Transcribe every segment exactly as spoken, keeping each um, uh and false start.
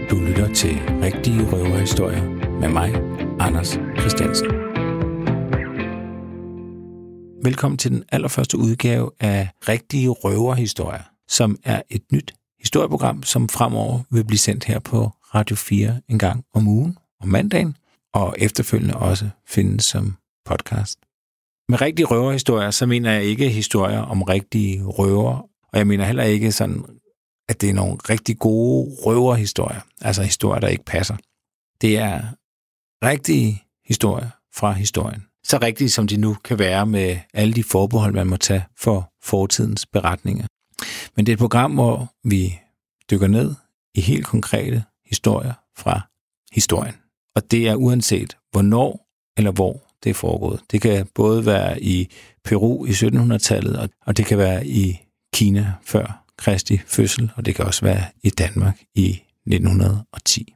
Du lytter til Rigtige Røverhistorier med mig, Anders Christiansen. Velkommen til den allerførste udgave af Rigtige Røverhistorier, som er et nyt historieprogram, som fremover vil blive sendt her på Radio fire en gang om ugen, om mandagen, og efterfølgende også findes som podcast. Med rigtige røverhistorier, så mener jeg ikke historier om rigtige røver, og jeg mener heller ikke sådan, at det er nogle rigtig gode røverhistorier, altså historier, der ikke passer. Det er rigtige historier fra historien. Så rigtige, som de nu kan være med alle de forbehold, man må tage for fortidens beretninger. Men det er et program, hvor vi dykker ned i helt konkrete historier fra historien. Og det er uanset hvornår eller hvor det er foregået. Det kan både være i Peru i syttenhundredetallet, og det kan være i Kina før Kristi fødsel, og det kan også være i Danmark i nitten ti.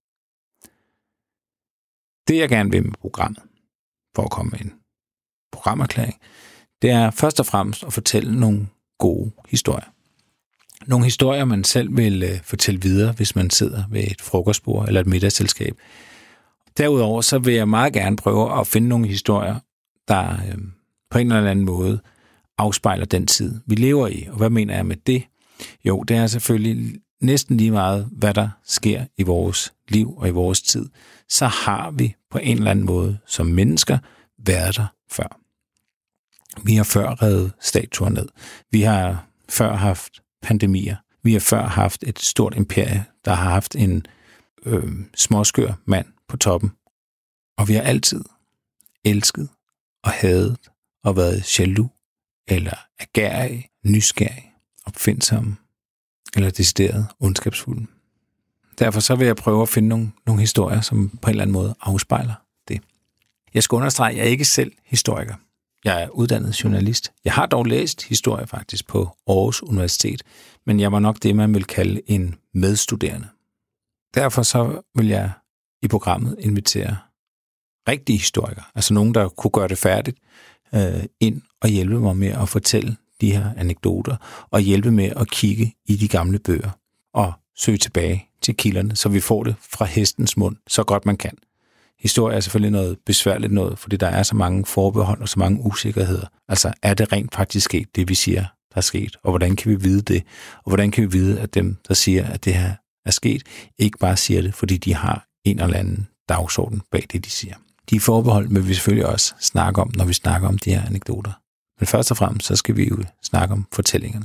Det jeg gerne vil med programmet, for at komme med en programerklæring, det er først og fremmest at fortælle nogle gode historier. Nogle historier, man selv vil fortælle videre, hvis man sidder ved et frokostbord eller et middagsselskab. Derudover så vil jeg meget gerne prøve at finde nogle historier, der øh, på en eller anden måde afspejler den tid, vi lever i. Og hvad mener jeg med det? Jo, det er selvfølgelig næsten lige meget, hvad der sker i vores liv og i vores tid. Så har vi på en eller anden måde som mennesker været der før. Vi har før revet statuer ned. Vi har før haft pandemier. Vi har før haft et stort imperie, der har haft en øh, småskør mand på toppen. Og vi har altid elsket og hadet og været jaloux, eller agerig, nysgerrig, opfindsom, eller decideret ondskabsfuld. Derfor så vil jeg prøve at finde nogle, nogle historier, som på en eller anden måde afspejler det. Jeg skal understrege, at jeg er ikke selv historiker. Jeg er uddannet journalist. Jeg har dog læst historie faktisk på Aarhus Universitet, men jeg var nok det, man vil kalde en medstuderende. Derfor så vil jeg i programmet invitere rigtige historikere, altså nogen, der kunne gøre det færdigt, øh, ind og hjælpe mig med at fortælle de her anekdoter, og hjælpe med at kigge i de gamle bøger, og søge tilbage til kilderne, så vi får det fra hestens mund, så godt man kan. Historie er selvfølgelig noget besværligt noget, fordi der er så mange forbehold og så mange usikkerheder. Altså, er det rent faktisk sket, det vi siger, der er sket? Og hvordan kan vi vide det? Og hvordan kan vi vide, at dem, der siger, at det her er sket, ikke bare siger det, fordi de har en eller anden dagsorden bag det, de siger. De forbehold vil vi selvfølgelig også snakke om, når vi snakker om de her anekdoter. Men først og fremmest, så skal vi jo snakke om fortællingerne.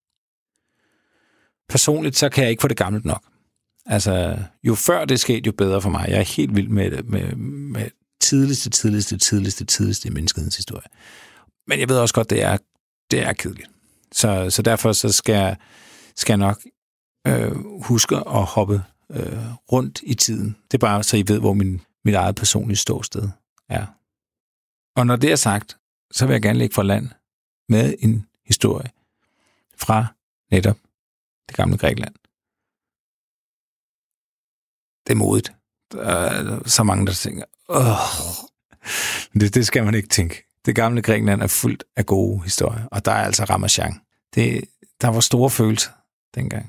Personligt, så kan jeg ikke få det gammelt nok. Altså, jo før det skete, jo bedre for mig. Jeg er helt vild med, med, med tidligste, tidligste, tidligste, tidligste i menneskehedens historie. Men jeg ved også godt, det er, det er kedeligt. Så, så derfor så skal, jeg, skal jeg nok øh, huske at hoppe øh, rundt i tiden. Det er bare, så I ved, hvor min, mit eget personlige ståsted er. Og når det er sagt, så vil jeg gerne lægge for land med en historie fra netop det gamle Grækenland. Det er modigt. Der er så mange, der tænker, åh, det, det skal man ikke tænke. Det gamle Grækenland er fuldt af gode historier, og der er altså Ramachan. Det, der var store følelser dengang.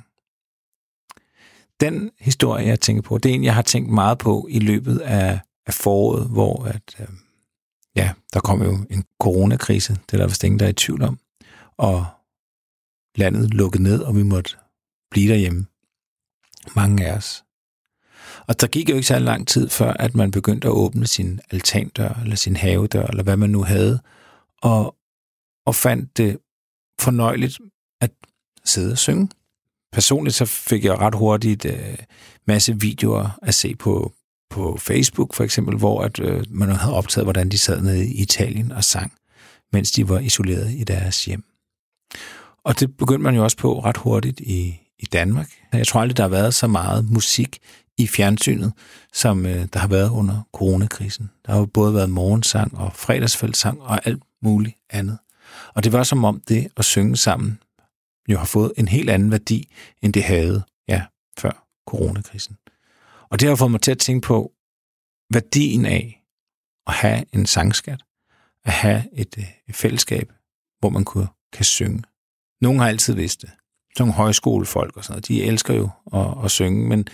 Den historie, jeg tænker på, det er en, jeg har tænkt meget på i løbet af, af foråret, hvor at, øh, ja, der kom jo en coronakrise, det er der vist ingen, der er i tvivl om, og landet lukkede ned, og vi måtte blive derhjemme. Mange af os. Og der gik jo ikke så lang tid før, at man begyndte at åbne sin altandør, eller sin havedør, eller hvad man nu havde, og, og fandt det fornøjeligt at sidde og synge. Personligt så fik jeg ret hurtigt øh, masse videoer at se på, på Facebook, for eksempel, hvor at, øh, man havde optaget, hvordan de sad nede i Italien og sang, mens de var isoleret i deres hjem. Og det begyndte man jo også på ret hurtigt i, i Danmark. Jeg tror aldrig, der har været så meget musik i fjernsynet, som øh, der har været under coronakrisen. Der har jo både været morgensang og fredagsfællessang og alt muligt andet. Og det var som om det at synge sammen jo har fået en helt anden værdi, end det havde, ja, før coronakrisen. Og det har fået mig til at tænke på værdien af at have en sangskat, at have et, et fællesskab, hvor man kunne, kan synge. Nogle har altid vidst det. Nogle højskolefolk og sådan noget, de elsker jo at, at synge, men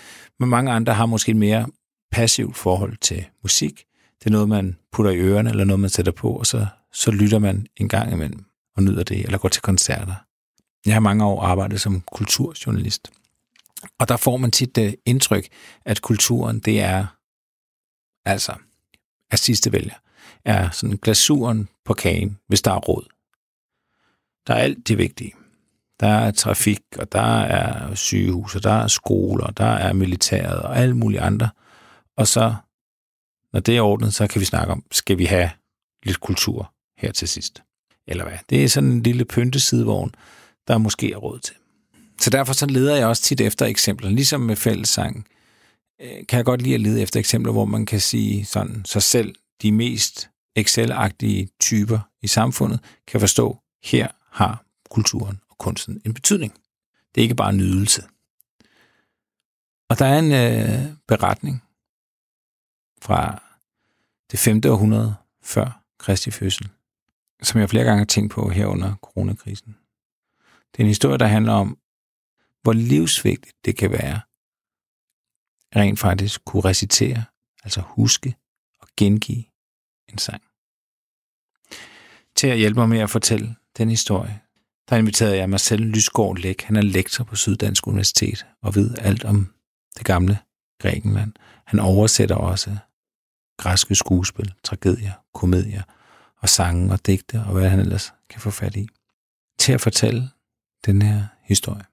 Men mange andre har måske et mere passivt forhold til musik. Det er noget, man putter i ørerne, eller noget, man sætter på, og så, så lytter man en gang imellem og nyder det, eller går til koncerter. Jeg har mange år arbejdet som kulturjournalist, og der får man tit det indtryk, at kulturen, det er, altså, er sidste vælger, er sådan glasuren på kagen, hvis der er råd. Der er alt det vigtige. Der er trafik, og der er sygehus, og der er skoler, der er militæret og alle mulige andre. Og så, når det er ordnet, så kan vi snakke om, skal vi have lidt kultur her til sidst? Eller hvad? Det er sådan en lille pyntesidevogn, der måske er råd til. Så derfor så leder jeg også tit efter eksempler. Ligesom med fællessang, kan jeg godt lide at lede efter eksempler, hvor man kan sige sådan, så selv de mest Excel-agtige typer i samfundet kan forstå, her har kulturen og kunsten en betydning. Det er ikke bare en nydelse. Og der er en øh, beretning fra det femte århundrede før Kristi fødsel, som jeg flere gange har tænkt på her under coronakrisen. Det er en historie, der handler om, hvor livsvigtigt det kan være, rent faktisk kunne recitere, altså huske og gengive en sang. Til at hjælpe mig med at fortælle den historie, der inviterede jeg Marcel Lysgaard Læk. Han er lektor på Syddansk Universitet og ved alt om det gamle Grækenland. Han oversætter også græske skuespil, tragedier, komedier og sange og digte og hvad han ellers kan få fat i, til at fortælle den her historie.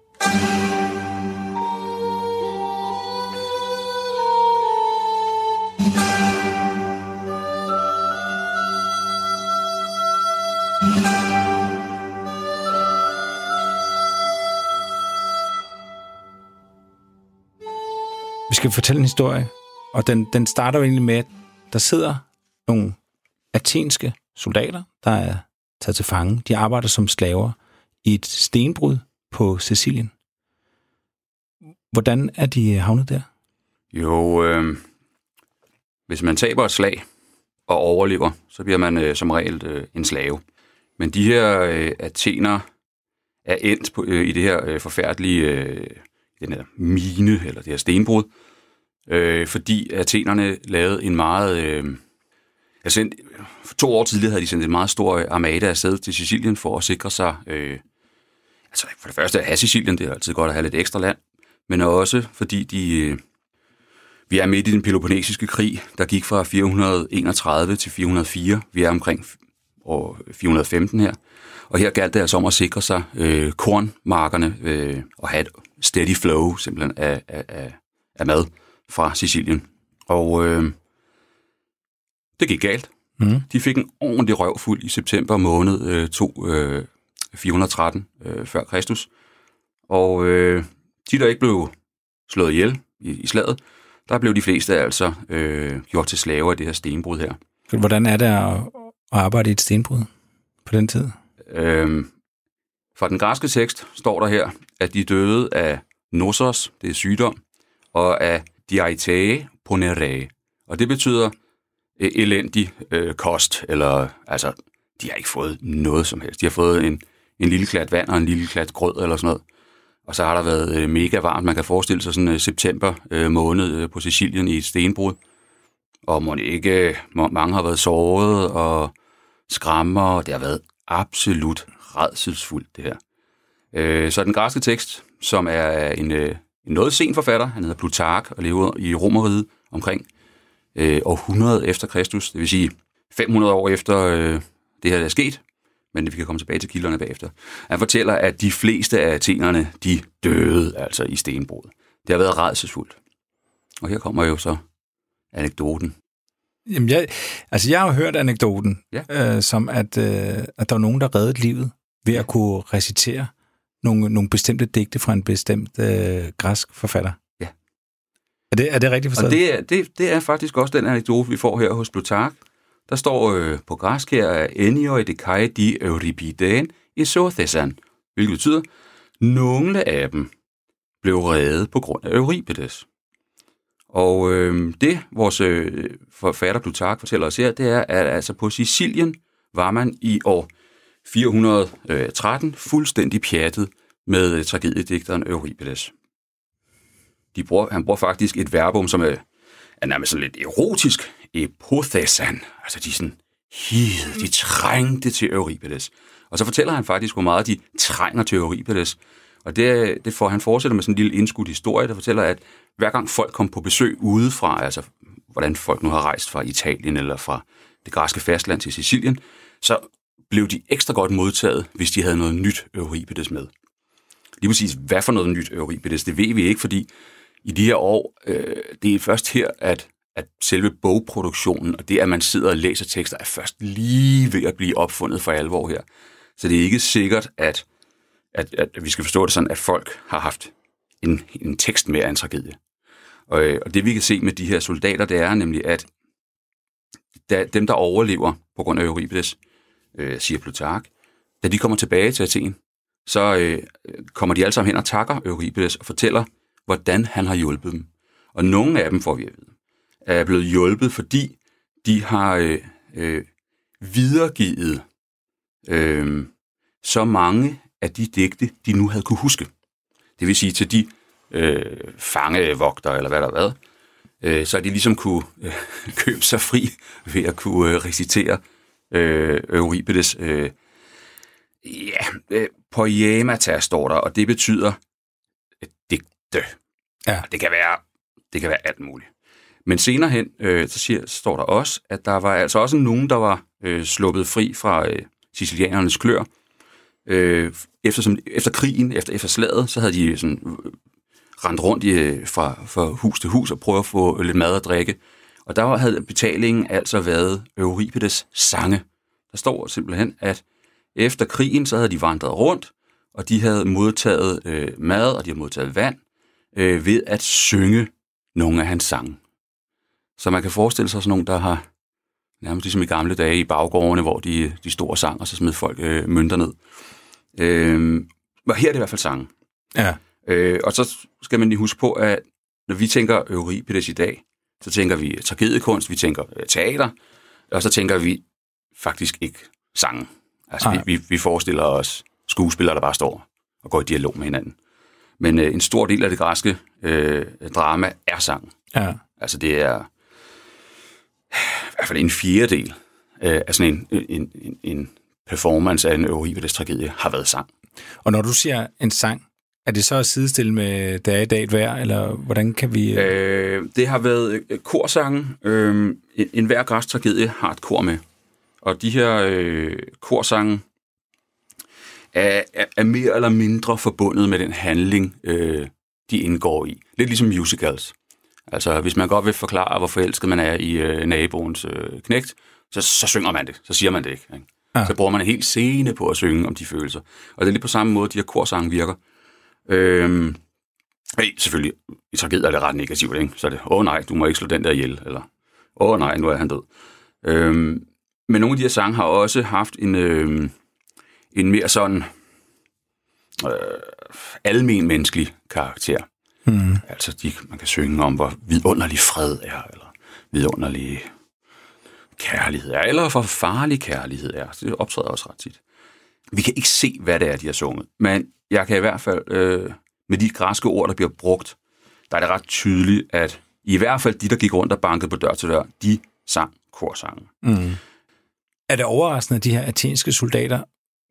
Vi skal fortælle en historie, og den, den starter jo egentlig med, at der sidder nogle athenske soldater, der er taget til fange. De arbejder som slaver i et stenbrud på Sicilien. Hvordan er de havnet der? Jo, øh, hvis man taber et slag og overlever, så bliver man øh, som regel øh, en slave. Men de her øh, athener er endt på, øh, i det her øh, forfærdelige øh, den her mine, eller det her stenbrud, øh, fordi athenerne lavede en meget... Øh, altså, for to år tidligere havde de sendt en meget stor armada afsted til Sicilien for at sikre sig... Øh, altså, for det første at have Sicilien, det er altid godt at have lidt ekstra land, men også fordi de... Øh, vi er midt i den Peloponnesiske krig, der gik fra fire hundrede enogtredive til fire hundrede og fire. Vi er omkring år fire hundrede og femten her. Og her galt det altså om at sikre sig øh, kornmarkerne øh, og have et steady flow simpelthen af, af, af mad fra Sicilien. Og øh, det gik galt. Mm. De fik en ordentlig røvfuld i september måned øh, to, øh, fire hundrede og tretten øh, før Kristus. Og øh, de, der ikke blev slået ihjel i, i slaget, der blev de fleste altså øh, gjort til slaver i det her stenbrud her. Hvordan er det at arbejde i et stenbrud på den tid? Øhm, fra den græske tekst står der her, at de døde af nosos, det er sygdom, og af diaitae ponere. Og det betyder øh, elendig øh, kost, eller altså, de har ikke fået noget som helst. De har fået en, en lille klat vand og en lille klat grød eller sådan noget. Og så har der været øh, mega varmt. Man kan forestille sig sådan en øh, september øh, måned øh, på Sicilien i et stenbrud. Og må ikke, må, mange har været såret og skrammer, og det har været absolut rædselsfuldt, det her. Øh, så den græske tekst, som er en, øh, en noget sen forfatter, han hedder Plutark og lever i Romerriget omkring øh, århundrede efter Kristus, det vil sige fem hundrede år efter øh, det her, der er sket, men vi kan komme tilbage til kilderne bagefter. Han fortæller, at de fleste af athenerne, de døde altså i stenbrud. Det har været rædselsfuldt. Og her kommer jo så anekdoten. Jamen, jeg, altså jeg har hørt anekdoten, ja. øh, som at, øh, at der var nogen, der reddede livet ved at kunne recitere nogle, nogle bestemte digte fra en bestemt øh, græsk forfatter. Ja. Er det, er det rigtigt forstået? Og det er, det, det er faktisk også den anekdote, vi får her hos Plutark. Der står øh, på græsk her, Enioi de kai di Euripidein isothesan, hvilket betyder, nogle af dem blev reddet på grund af Euripides. Og øh, det, vores øh, forfatter Plutark fortæller os her, det er, at altså på Sicilien var man i år fire hundrede og tretten fuldstændig pjattet med øh, tragediedigteren Euripides. de bruger, han bruger faktisk et verbum, som er, er nærmest sådan lidt erotisk, epothesan. Altså de sådan hide, de trængte til Euripides. Og så fortæller han faktisk, hvor meget de trænger til Euripides. Og det, det får han fortsætter med sådan en lille indskudt historie, der fortæller, at hver gang folk kom på besøg udefra, altså hvordan folk nu har rejst fra Italien eller fra det græske fastland til Sicilien, så blev de ekstra godt modtaget, hvis de havde noget nyt Euripides med. Lige præcis, hvad for noget nyt Euripides, det ved vi ikke, fordi i de her år, øh, det er først her, at, at selve bogproduktionen, og det, at man sidder og læser tekster, er først lige ved at blive opfundet for alvor her. Så det er ikke sikkert, at, at, at vi skal forstå det sådan, at folk har haft en, en tekst mere af en tragedie. Og, og det, vi kan se med de her soldater, det er nemlig, at da, dem, der overlever på grund af Euripides, øh, siger Plutark, da de kommer tilbage til Athen, så øh, kommer de alle sammen hen og takker Euripides og fortæller, hvordan han har hjulpet dem. Og nogle af dem, får vi at vide, er blevet hjulpet, fordi de har øh, øh, videregivet øh, så mange af de digte, de nu havde kunne huske. Det vil sige til de øh, fangevogtere, eller hvad der har været, øh, så de ligesom kunne øh, købe sig fri ved at kunne øh, recitere øh, Euripides øh, ja, øh, poemata står der, og det betyder øh, digte. Ja. Det kan være, det kan være alt muligt. Men senere hen, øh, så siger, står der også, at der var altså også nogen, der var øh, sluppet fri fra øh, sicilianernes klør. Øh, efter, som, efter krigen, efter, efter slaget, så havde de sådan, øh, rendt rundt i, fra, fra hus til hus og prøvet at få lidt mad og drikke. Og der havde betalingen altså været Euripides sange. Der står simpelthen, at efter krigen, så havde de vandret rundt, og de havde modtaget øh, mad, og de havde modtaget vand, øh, ved at synge nogle af hans sange. Så man kan forestille sig sådan nogle, der har nærmest ligesom i gamle dage i baggårdene, hvor de, de store sang, og så smed folk øh, mønter ned. Øh, og her er det i hvert fald sange. Ja. Øh, og så skal man lige huske på, at når vi tænker Euripides i dag, så tænker vi tragediekunst, vi tænker øh, teater, og så tænker vi faktisk ikke sange. Altså vi, vi, vi forestiller os skuespillere, der bare står og går i dialog med hinanden. Men øh, en stor del af det græske øh, drama er sang. Ja. Altså det er i hvert fald en fjerdedel øh, af sådan en, en, en, en performance af en Euripides tragedie har været sang. Og når du siger en sang, er det så at sidestille med Der er i dag et vejr, eller hvordan kan vi... Øh, det har været korsange. Øh, en, en hver græsk tragedie har et kor med. Og de her øh, korsange er, er, er mere eller mindre forbundet med den handling, øh, de indgår i. Lidt ligesom musicals. Altså, hvis man godt vil forklare, hvor forelsket man er i øh, naboens øh, knægt, så, så synger man det. Så siger man det ikke. ikke? Ja. Så bruger man en hel scene på at synge om de følelser. Og det er lidt på samme måde, de her korsange virker. Øhm, hey, selvfølgelig, i tragedier er det ret negativt, ikke? Så er det, åh oh, nej, du må ikke slå den der ihjel, eller åh oh, nej, nu er han død. Øhm, men nogle af de her sange har også haft en, øh, en mere sådan øh, almen menneskelig karakter. Mm. Altså, de, man kan synge om, hvor vidunderlig fred er, eller vidunderlig kærlighed er, eller hvor farlig kærlighed er. Det optræder også ret tit. Vi kan ikke se, hvad det er, de har sunget, men jeg kan i hvert fald, øh, med de græske ord, der bliver brugt, der er det ret tydeligt, at i hvert fald de, der gik rundt og bankede på dør til dør, de sang korsange. Mm. Er det overraskende, at de her athenske soldater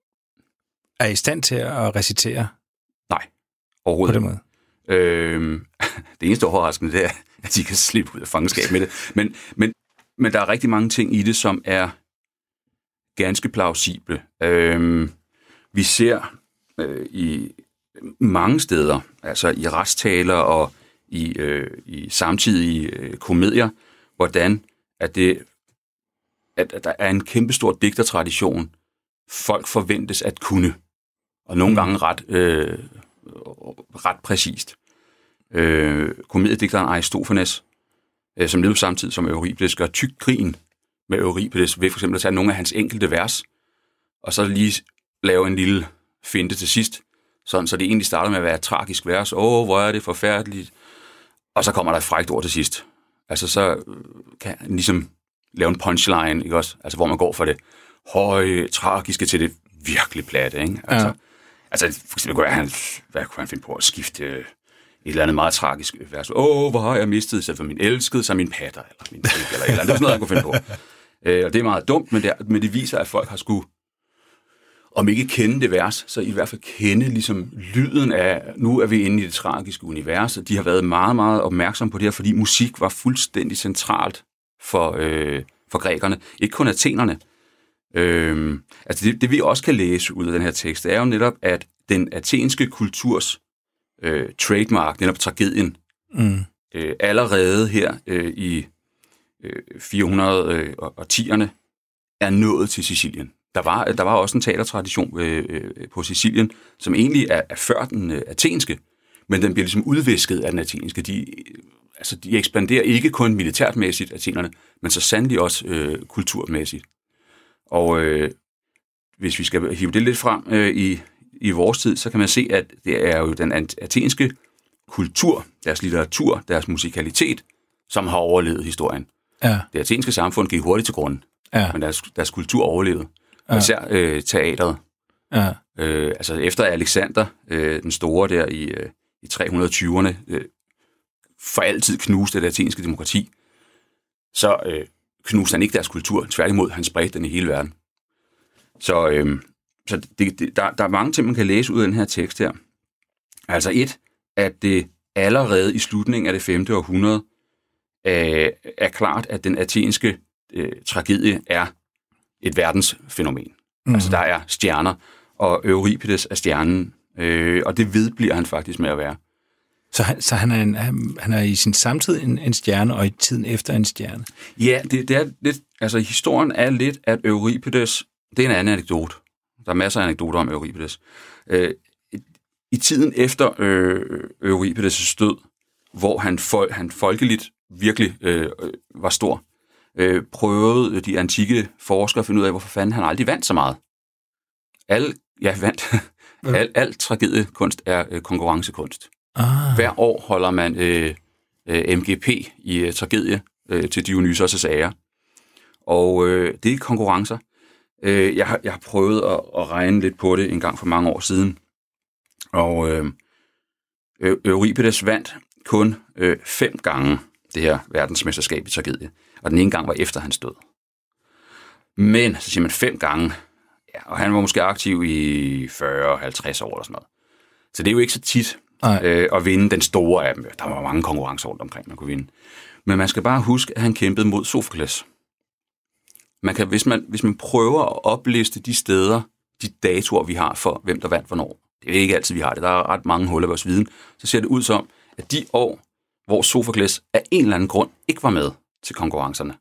er i stand til at recitere? Nej, overhovedet ikke. Øh, det eneste overraskende, det er, at de kan slippe ud af fangenskab med det. Men, men, men der er rigtig mange ting i det, som er ganske plausible. Øh, vi ser øh, i mange steder, altså i retstaler og i, øh, i samtidige øh, komedier, hvordan at, det, at, at der er en kæmpestor digtertradition, folk forventes at kunne, og nogle gange ret, øh, ret præcist. Øh, komediedigteren Aristofanes, øh, som levede samtidig som Euripides, gør tyk grin med Euripides ved for eksempel at tage nogle af hans enkelte vers, og så lige lave en lille finte til sidst, sådan, så det egentlig starter med at være et tragisk vers. Åh, hvor er det forfærdeligt. Og så kommer der et frækt ord til sidst. Altså, så kan han ligesom lave en punchline, ikke også? Altså, hvor man går fra det høje, tragiske til det virkelig platte, ikke? Altså, ja. altså for eksempel, kunne han, hvad kunne han finde på at skifte eller andet meget tragisk vers. Åh, hvor har jeg mistet, så for min elskede, så min patter, eller min pik, eller et eller andet. Det er sådan noget, jeg kunne finde på. Øh, og det er meget dumt, men det, er, men det viser, at folk har skulle, om ikke kende det vers, så i hvert fald kende ligesom lyden af, nu er vi inde i det tragiske univers, og de har været meget, meget opmærksomme på det her, fordi musik var fuldstændig centralt for, øh, for grækerne. Ikke kun athenerne. Øh, altså det, det vi også kan læse ud af den her tekst, det er jo netop, at den athenske kulturs øh, trademark, netop tragedien, mm. øh, allerede her øh, i øh, fire hundrede og tierne er nået til Sicilien. Der var, der var også en teatertradition øh, øh, på Sicilien, som egentlig er, er før den øh, athenske, men den bliver ligesom udvisket af den athenske. De, altså, de ekspanderer ikke kun militærtmæssigt, athenerne, men så sandelig også øh, kulturmæssigt. Og øh, hvis vi skal hive det lidt frem øh, i, i vores tid, så kan man se, at det er jo den athenske kultur, deres litteratur, deres musikalitet, som har overlevet historien. Ja. Det athenske samfund gik hurtigt til grunden, ja. Men deres, deres kultur overlevede. Ja. Især øh, teateret. Ja. Øh, altså efter Alexander, øh, den store der i, øh, i tre hundrede og tyverne, øh, for altid knuste det athenske demokrati, så øh, knuste han ikke deres kultur. Tværtimod, han spredte den i hele verden. Så, øh, så det, det, der, der er mange ting, man kan læse ud af den her tekst her. Altså et, at det allerede i slutningen af det femte århundrede øh, er klart, at den athenske øh, tragedie er et verdensfænomen. Mm. Altså, der er stjerner, og Euripides er stjernen, øh, og det vedbliver han faktisk med at være. Så han, så han, er, en, han er i sin samtid en, en stjerne, og i tiden efter en stjerne? Ja, det, det er lidt, altså historien er lidt, at Euripides, det er en anden anekdote. Der er masser af anekdoter om Euripides. Øh, i, I tiden efter øh, Euripides' død, hvor han, fol, han folkeligt virkelig øh, var stor, Øh, prøvede de antikke forskere at finde ud af, hvorfor fanden han aldrig vandt så meget. Al, ja, vandt. al, al tragediekunst er øh, konkurrencekunst. Ah. Hver år holder man øh, øh, M G P i øh, tragedie øh, til Dionysos' ære. Og øh, det er konkurrencer. Øh, jeg, har, jeg har prøvet at, at regne lidt på det en gang for mange år siden. Og øh, Euripides vandt kun øh, fem gange det her verdensmesterskab i tragedie. Og den ene gang var efter hans død. Men, så siger man fem gange, ja, og han var måske aktiv i fyrre halvtreds år eller sådan noget. Så det er jo ikke så tit øh, at vinde den store af dem. Der var mange konkurrencer rundt omkring, man kunne vinde. Men man skal bare huske, at han kæmpede mod Sofokles. Man kan, hvis, man, hvis man prøver at opliste de steder, de datoer, vi har for, hvem der vandt hvornår. Det er ikke altid, vi har det. Der er ret mange huller i vores viden. Så ser det ud som, at de år, hvor Sofokles af en eller anden grund ikke var med til konkurrencerne,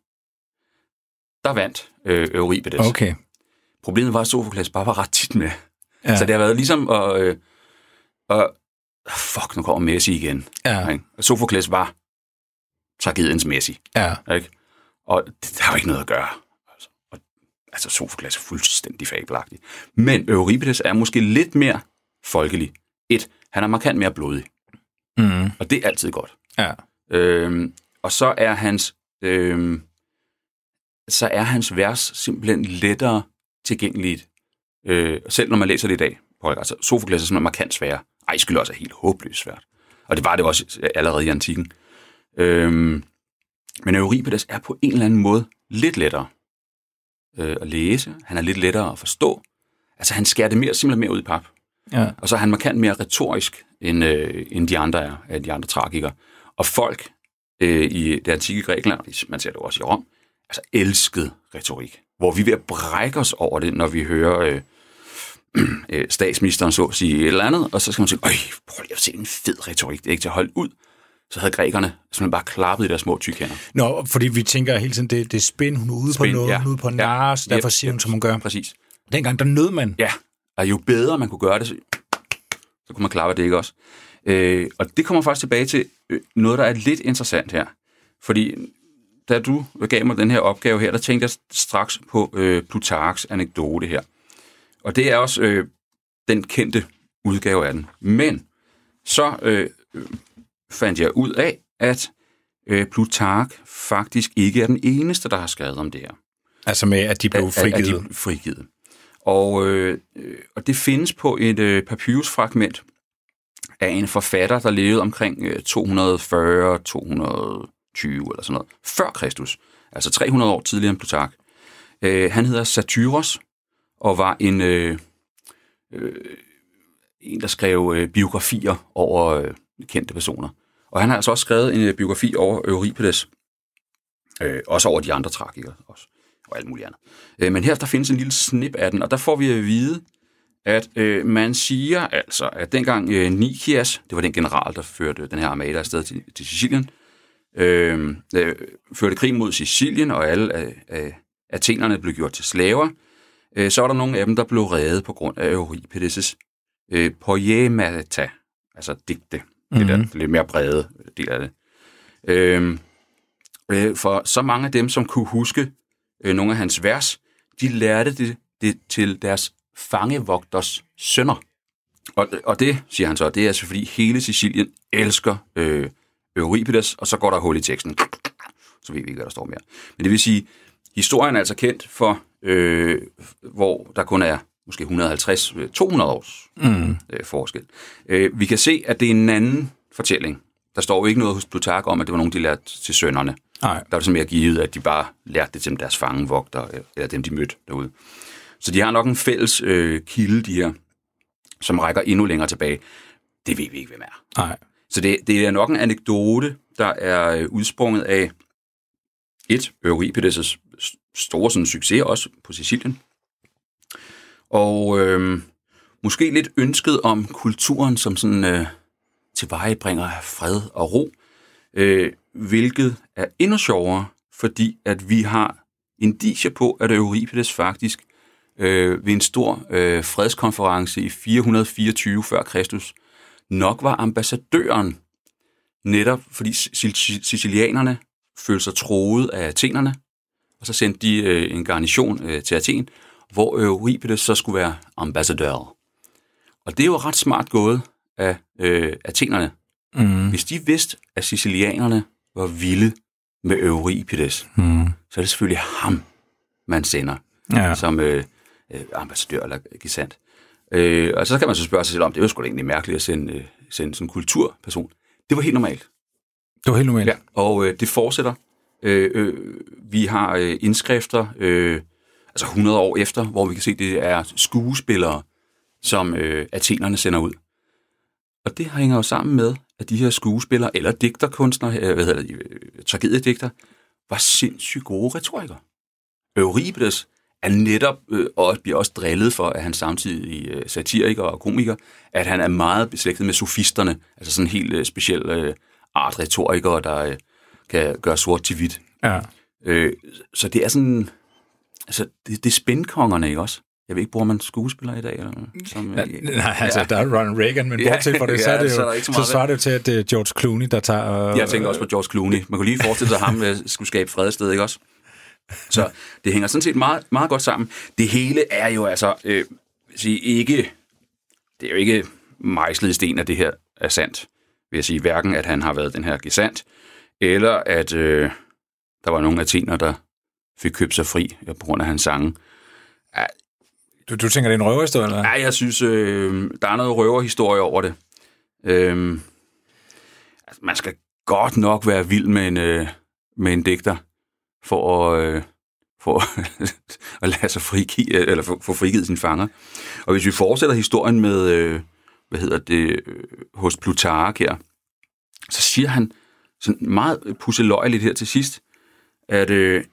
der vandt øh, Euripides. Okay. Problemet var, at Sofokles bare var ret tit med. Ja. Så det har været ligesom at... Øh, øh, fuck, nu kommer Messi igen. Ja. Ikke? Sofokles var tragediens Messi. Ja. Ikke? Og det, der var ikke noget at gøre. Altså, og, altså Sofokles er fuldstændig fabelagtig. Men Euripides er måske lidt mere folkelig. Et, han er markant mere blodig. Mm. Og det er altid godt. Ja. Øhm, og så er hans øhm, så er hans vers simpelthen lettere tilgængeligt. Øh, selv når man læser det i dag. Altså, Sofokles er simpelthen markant sværere. Ej, skulle også er helt håbløst svært. Og det var det også allerede i antikken. Øhm, men Euripides er på en eller anden måde lidt lettere øh, at læse. Han er lidt lettere at forstå. Altså, han skærer det mere, simpelthen mere ud i pap. Ja. Og så er han markant mere retorisk, end, øh, end de andre er, af de andre tragikere. Og folk øh, i det antikke Grækenland, man ser det også i Rom, altså elskede retorik. Hvor vi er ved at brække os over det, når vi hører øh, øh, statsministeren så sige et eller andet, og så skal man sige, øj, prøv lige at se en fed retorik, det er ikke til at holde ud. Så havde grækerne simpelthen bare klappet i deres små tykhænder. Nå, fordi vi tænker hele tiden, det, det er spænd, hun er ude spin, på noget, ja. Hun er ude på narre, så derfor siger hun, som hun gør. Præcis. Dengang, der nød man. Ja, og jo bedre man kunne gøre det, så, så kunne man klappe det, ikke også? Øh, og det kommer faktisk tilbage til øh, noget, der er lidt interessant her. Fordi da du gav mig den her opgave her, der tænkte jeg straks på øh, Plutarks anekdote her. Og det er også øh, den kendte udgave af den. Men så øh, fandt jeg ud af, at øh, Plutark faktisk ikke er den eneste, der har skrevet om det her. Altså med, at de blev at, frigivet? At de blev frigivet. Og, øh, og det findes på et øh, papyrusfragment af en forfatter, der levede omkring to hundrede og fyrre til to hundrede og tyve eller sådan noget, før Kristus, altså tre hundrede år tidligere end Plutark. Øh, han hedder Satyros, og var en, øh, øh, en der skrev øh, biografier over øh, kendte personer. Og han har altså også skrevet en øh, biografi over Euripides, øh, også over de andre tragikere, også, og alt muligt andet. Øh, men her der findes en lille snip af den, og der får vi at vide, at øh, man siger altså, at dengang øh, Nicias, det var den general, der førte den her armada afsted til, til Sicilien, øh, øh, førte krig mod Sicilien, og alle af, af athenerne blev gjort til slaver, øh, så var der nogle af dem, der blev reddet på grund af Euripides' øh, poemata, altså digte. Mm-hmm. Det der lidt mere brede del af det. Øh, øh, for så mange af dem, som kunne huske øh, nogle af hans vers, de lærte det, det til deres fangevogters sønner. Og, og det, siger han så, det er altså fordi hele Sicilien elsker øh, Euripides, og så går der hul i teksten. Så ved vi ikke, hvad der står mere. Men det vil sige, historien er altså kendt for, øh, hvor der kun er måske et hundrede og halvtreds til to hundrede års mm. øh, forskel. Øh, vi kan se, at det er en anden fortælling. Der står jo ikke noget hos Plutark om, at det var nogen, de lærte til sønnerne. Nej. Der var det så mere givet, at de bare lærte det til deres fangevogter, eller dem, de mødte derude. Så de har nok en fælles øh, kilde, de her, som rækker endnu længere tilbage. Det ved vi ikke, hvem er. Nej. Så det, det er nok en anekdote, der er øh, udsprunget af et, Euripides' store sådan, succes også på Sicilien. Og øh, måske lidt ønsket om kulturen som sådan øh, tilvejebringer af fred og ro, øh, hvilket er endnu sjovere, fordi at vi har indicier på, at Euripides faktisk øh, ved en stor øh, fredskonference i fire hundrede og fireogtyve før Kristus nok var ambassadøren, netop fordi sicilianerne følte sig troet af athenerne, og så sendte de øh, en garnison øh, til Athen, hvor Euripides så skulle være ambassadør. Og det er jo ret smart gået af øh, athenerne. Mm. Hvis de vidste, at sicilianerne var vilde med Euripides, mm. så er det selvfølgelig ham, man sender ja. som øh, øh, ambassadør eller gesandt. Øh, og så kan man så spørge sig selv om, det er jo sgu da egentlig mærkeligt at sende, øh, sende sådan en kulturperson. Det var helt normalt. Det var helt normalt? Ja, og øh, det fortsætter. Øh, øh, vi har øh, indskrifter, øh, altså hundrede år efter, hvor vi kan se, at det er skuespillere, som øh, athenerne sender ud. Og det hænger jo sammen med, at de her skuespillere, eller digterkunstnere, øh, hvad hedder det, øh, tragediedigter, var sindssygt gode retorikere. Euripides er netop, øh, og bliver også drillet for, at han samtidig øh, satiriker og komiker, at han er meget beslægtet med sofisterne, altså sådan en helt øh, speciel øh, art retorikere, der øh, kan gøre sort til hvidt. Ja. Øh, så det er sådan, altså det, det er spændkongerne, ikke også? Jeg ved ikke, bruger man skuespillere i dag? Eller, som, ja, nej, altså ja. Der er Ronald Reagan, men bortset fra det, ja, så, er det jo, så, er så, så svarer det til, at det er George Clooney, der tager... Og, jeg tænker også på George Clooney. Man kunne lige forestille sig, at ham skulle skabe fred et sted, ikke også? Så det hænger sådan set meget, meget godt sammen. Det hele er jo altså øh, sige, ikke... Det er jo ikke mejslet i sten, at det her er sandt. Vil jeg sige, hverken at han har været den her gesandt, eller at øh, der var nogle athener, der fik købt sig fri på grund af hans sange. Ja, du, du tænker, det er en røverhistorie, eller? Ja, jeg synes, øh, der er noget røverhistorie over det. Øh, altså, man skal godt nok være vild med en, øh, med en digter, for at, øh, for at lade sig frigive, eller få, få frigivet sine fanger. Og hvis vi fortsætter historien med, øh, hvad hedder det, øh, hos Plutark her, så siger han sådan meget pusseløjeligt her til sidst, at øh,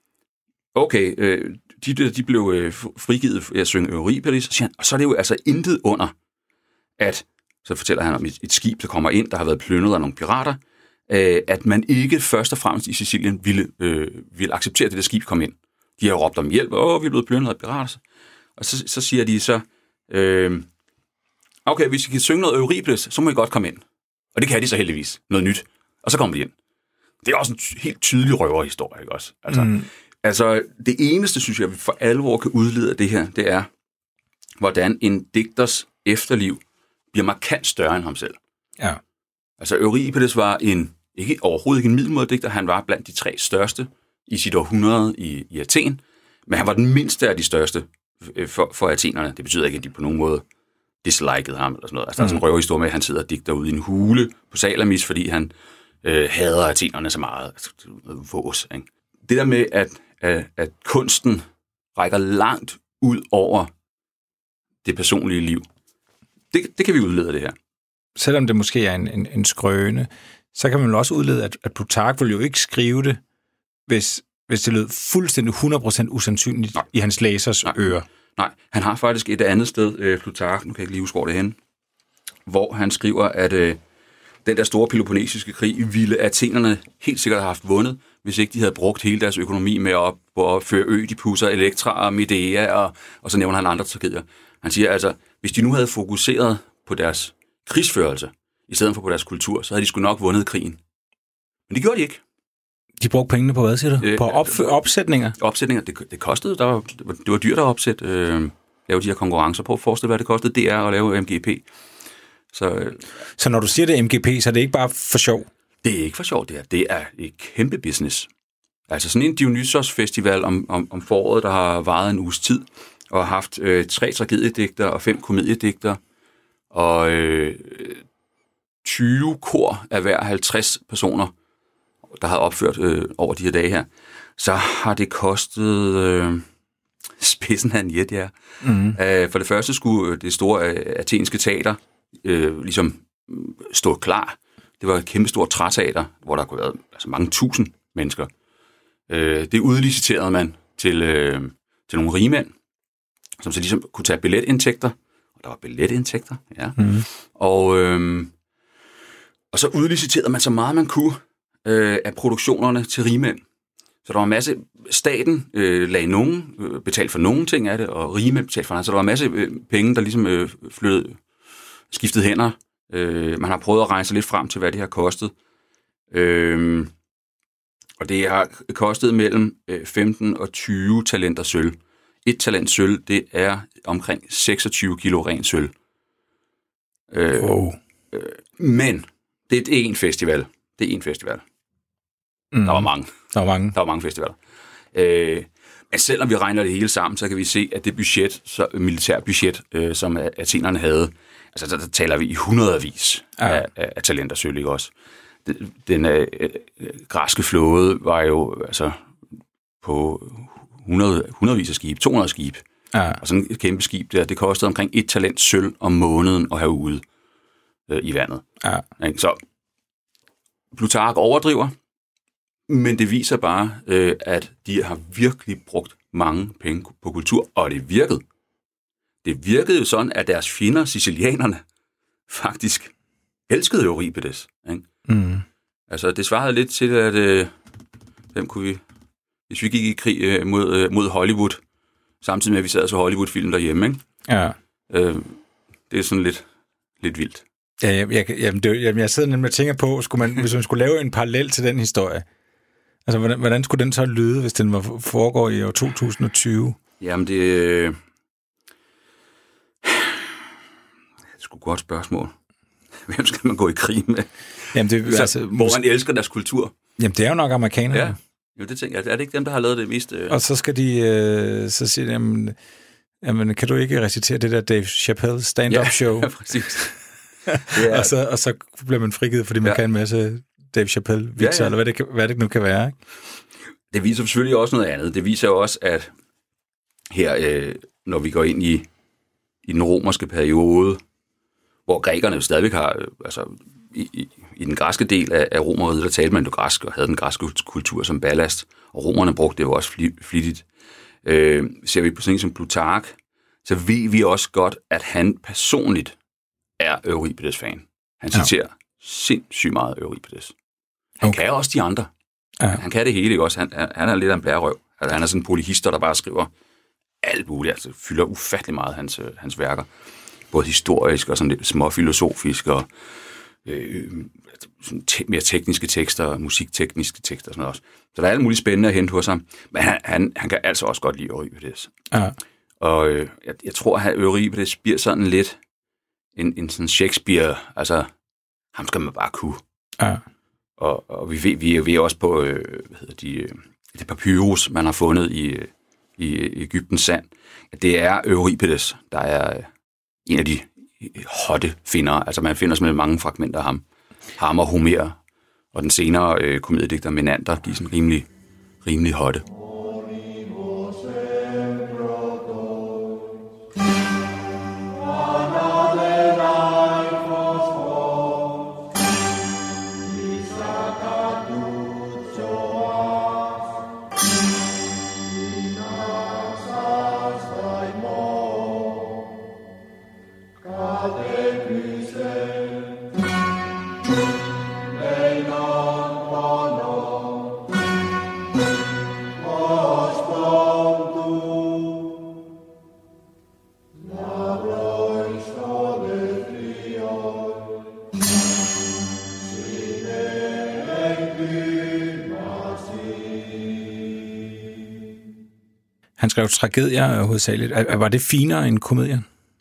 okay, øh, de, de blev øh, frigivet af at synge Euripides, så siger han, og så er det jo altså intet under, at, så fortæller han om et, et skib, der kommer ind, der har været plyndret af nogle pirater, øh, at man ikke først og fremmest i Sicilien ville, øh, ville acceptere, at det der skib kom ind. De har råbt om hjælp, åh, vi er blevet plyndret af pirater. Og så, så siger de så, øh, okay, hvis I kan synge noget Euripides, så må I godt komme ind. Og det kan de så heldigvis, noget nyt. Og så kommer de ind. Det er også en ty- helt tydelig røverhistorie, ikke også? Altså, mm. altså, det eneste, synes jeg, vi for alvor kan udlede af det her, det er, hvordan en digters efterliv bliver markant større end ham selv. Ja. Altså, Euripides var en, ikke, overhovedet ikke en middelmådig digter, han var blandt de tre største i sit århundrede i, i Athen, men han var den mindste af de største for, for athenerne. Det betyder ikke, at de på nogen måde dislikede ham, eller sådan noget. Altså, der er sådan en røverhistorie med, at han sidder og digter ude i en hule på Salamis, fordi han øh, hader athenerne så meget. Altså, noget vås, ikke? Det der med, at, at, at kunsten rækker langt ud over det personlige liv, det, det kan vi udlede af det her. Selvom det måske er en, en, en skrøne, så kan man jo også udlede, at, at Plutark ville jo ikke skrive det, hvis, hvis det lød fuldstændig hundrede procent usandsynligt Nej. i hans læsers Nej. ører. Nej, han har faktisk et andet sted, øh, Plutark, nu kan jeg ikke lige huske, hvor det er henne, hvor han skriver, at øh, den der store peloponnesiske krig ville athenerne helt sikkert have haft vundet, hvis ikke de havde brugt hele deres økonomi med at opføre Ødipusser, Elektra og Medea, og, og så nævner han andre tragedier. Han siger altså, hvis de nu havde fokuseret på deres krigsførelse, i stedet for på deres kultur, så havde de sgu nok vundet krigen. Men det gjorde de ikke. De brugte pengene på hvad, siger du? Øh, på opf- opsætninger? Opsætninger, det, det kostede. Der var, det, var, det var dyrt at opsætte, øh, lave de her konkurrencer. Prøv at forestille, hvad det kostede D R at lave M G P. Så, øh, så når du siger det M G P, så er det ikke bare for sjov? Det er ikke for sjov, det er. Det er et kæmpe business. Altså sådan en Dionysos-festival om, om, om foråret, der har varet en uges tid, og har haft øh, tre tragediedigter og fem komediedigter, og øh, tyve kor af hver halvtreds personer, der har opført øh, over de her dage her, så har det kostet øh, spidsen af en jet, ja. Mm. Øh, for det første skulle det store øh, athenske teater øh, ligesom stå klar. Det var et kæmpe stort træteater, hvor der kunne have været altså, mange tusind mennesker. Øh, det udliciterede man til, øh, til nogle rigmænd, som så ligesom kunne tage billetindtægter. Og der var billetindtægter, ja. Mm. Og, øh, og så udliciterede man så meget, man kunne øh, af produktionerne til rigmænd. Så der var en masse... Staten øh, lagde nogen, øh, betalt for nogle ting af det, og rigmænd betalte for andet. Så der var en masse øh, penge, der ligesom øh, flyttede, skiftede hænder. Øh, man har prøvet at regne sig lidt frem til, hvad det har kostet. Øh, og det har kostet mellem øh, femten og tyve talenter sølv. Et talent sølv, det er omkring seksogtyve kilo ren sølv. Øh, wow. øh, men det, det er en festival. Det er en festival. Mm. Der var mange. Der var mange. Der var mange festivaler. Øh, men selvom vi regner det hele sammen, så kan vi se, at det budget, så militærbudget, øh, som athenerne havde, altså der, der taler vi i hundredvis ja. af, af, af talenter sølv, ikke også? Den, den øh, øh, græske flåde var jo altså på hundrede, hundredvis af skib, to hundrede skib. Ja. Og sådan et kæmpe skib der, det kostede omkring et talent sølv om måneden at have ude øh, i vandet. Ja. Så Plutark overdriver, men det viser bare, øh, at de har virkelig brugt mange penge på kultur, og det virkede. Det virkede jo sådan, at deres fjender, sicilianerne, faktisk elskede Euripides. Ikke? Mm. Altså, det svarede lidt til, at øh, hvem kunne vi, hvis vi gik i krig øh, mod, øh, mod Hollywood, samtidig med, at vi sad så Hollywood-film derhjemme, ikke? Ja. Øh, det er sådan lidt, lidt vildt. Ja, jeg, jeg, jamen, det, jamen, jeg sidder nemlig og tænker på, skulle man, hvis man skulle lave en parallel til den historie, altså, hvordan, hvordan skulle den så lyde, hvis den var foregår i år to tusind og tyve? Jamen, det, øh, det er sgu et godt spørgsmål. Hvem skal man gå i krig med? Jamen, det, så, altså, hvor man elsker deres kultur. Jamen, det er jo nok amerikanerne. Ja, jo, det tænker jeg. Er det ikke dem, der har lavet det mest? Øh... Og så skal de, øh, så sige, jamen, jamen, kan du ikke recitere det der Dave Chappelle stand-up show? Ja, præcis. Ja. og, så, og så bliver man frigivet, fordi man ja. kan en masse Dave Chappelle-vitser, ja, ja. eller hvad det, hvad det nu kan være, ikke? Det viser selvfølgelig også noget andet. Det viser jo også, at her, øh, når vi går ind i, i den romerske periode, hvor grækerne jo stadigvæk har, øh, altså i, i, i den græske del af, af Romeriet, der talte man jo græsk og havde den græske kultur som ballast, og romerne brugte det jo også flittigt. Øh, ser vi på sådan en som Plutark, så ved vi også godt, at han personligt er Euripides-fan. Han citerer ja. sindssygt meget Euripides. Han okay. kan også de andre. Ja. Han kan det hele, ikke også? Han, han er lidt af en blærerøv. Altså, han er sådan en polyhister, der bare skriver alt muligt. Altså, fylder ufattelig meget hans, hans værker. Både historisk og sådan lidt småfilosofisk og øh, sådan te- mere tekniske tekster, musiktekniske tekster og sådan noget også. Så der er alt muligt spændende at hente hos ham. Men han, han, han kan altså også godt lide Euripides. Ja. Og øh, jeg, jeg tror, at Euripides bliver sådan lidt en, en sådan Shakespeare, altså ham skal man bare kunne. Ja. Og, og vi ved, vi er, vi er også på øh, hvad hedder de, øh, det papyrus, man har fundet i, i Egyptens sand. At det er Euripides, der er en af de, hotte finder. Altså man finder simpelthen mange fragmenter af ham. Ham og Homer, og den senere øh, komediedigter Menander, de er sådan rimelig, rimelig hotte. Han skrev tragedier hovedsageligt. Var det finere end komedien?